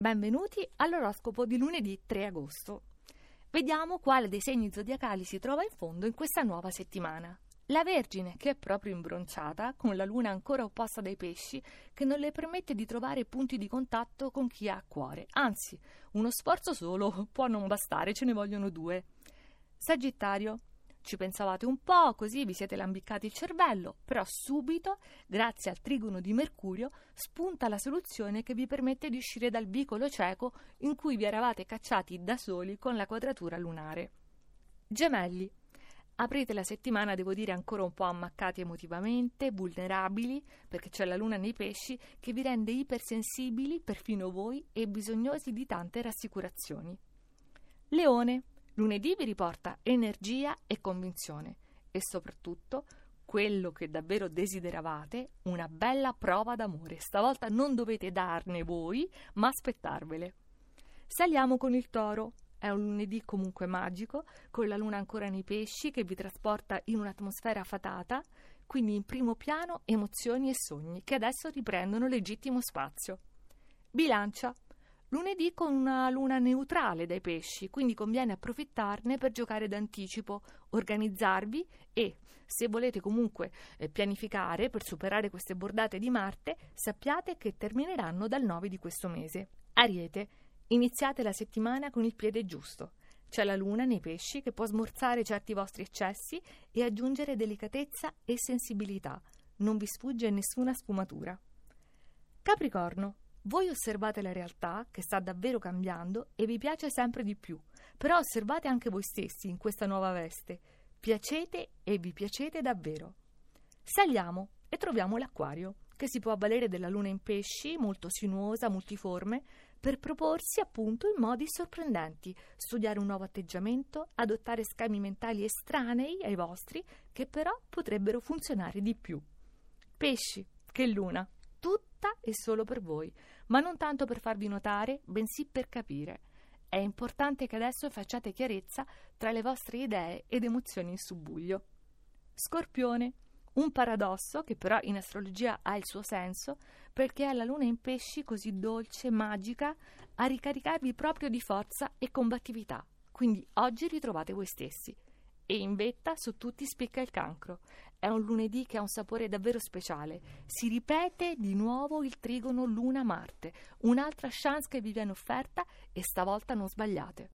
Benvenuti all'oroscopo di lunedì 3 agosto. Vediamo quale dei segni zodiacali si trova in fondo in questa nuova settimana. La Vergine, che è proprio imbronciata, con la luna ancora opposta dai pesci, che non le permette di trovare punti di contatto con chi ha a cuore. Anzi, uno sforzo solo può non bastare, ce ne vogliono due. Sagittario. Ci pensavate un po', così vi siete lambiccati il cervello, però subito, grazie al trigono di Mercurio, spunta la soluzione che vi permette di uscire dal vicolo cieco in cui vi eravate cacciati da soli con la quadratura lunare. Gemelli. Aprite la settimana, devo dire, ancora un po' ammaccati emotivamente, vulnerabili, perché c'è la luna nei pesci che vi rende ipersensibili, perfino voi, e bisognosi di tante rassicurazioni. Leone. Lunedì vi riporta energia e convinzione e soprattutto quello che davvero desideravate, una bella prova d'amore. Stavolta non dovete darne voi, ma aspettarvele. Saliamo con il Toro. È un lunedì comunque magico, con la luna ancora nei pesci che vi trasporta in un'atmosfera fatata, quindi in primo piano emozioni e sogni che adesso riprendono legittimo spazio. Bilancia. Lunedì con una luna neutrale dai pesci, quindi conviene approfittarne per giocare d'anticipo, organizzarvi e, se volete comunque pianificare per superare queste bordate di Marte, sappiate che termineranno dal 9 di questo mese. Ariete, iniziate la settimana con il piede giusto. C'è la luna nei pesci che può smorzare certi vostri eccessi e aggiungere delicatezza e sensibilità. Non vi sfugge nessuna sfumatura. Capricorno. Voi osservate la realtà che sta davvero cambiando e vi piace sempre di più, però osservate anche voi stessi in questa nuova veste. Piacete e vi piacete davvero. Saliamo e troviamo l'Acquario, che si può avvalere della luna in pesci, molto sinuosa, multiforme, per proporsi appunto in modi sorprendenti, studiare un nuovo atteggiamento, adottare schemi mentali estranei ai vostri, che però potrebbero funzionare di più. Pesci, che luna! Tutta e solo per voi, ma non tanto per farvi notare, bensì per capire. È importante che adesso facciate chiarezza tra le vostre idee ed emozioni in subbuglio. Scorpione, un paradosso che però in astrologia ha il suo senso, perché è la luna in pesci così dolce, magica, a ricaricarvi proprio di forza e combattività. Quindi oggi ritrovate voi stessi. E in vetta su tutti spicca il Cancro. È un lunedì che ha un sapore davvero speciale. Si ripete di nuovo il trigono Luna-Marte, un'altra chance che vi viene offerta e stavolta non sbagliate.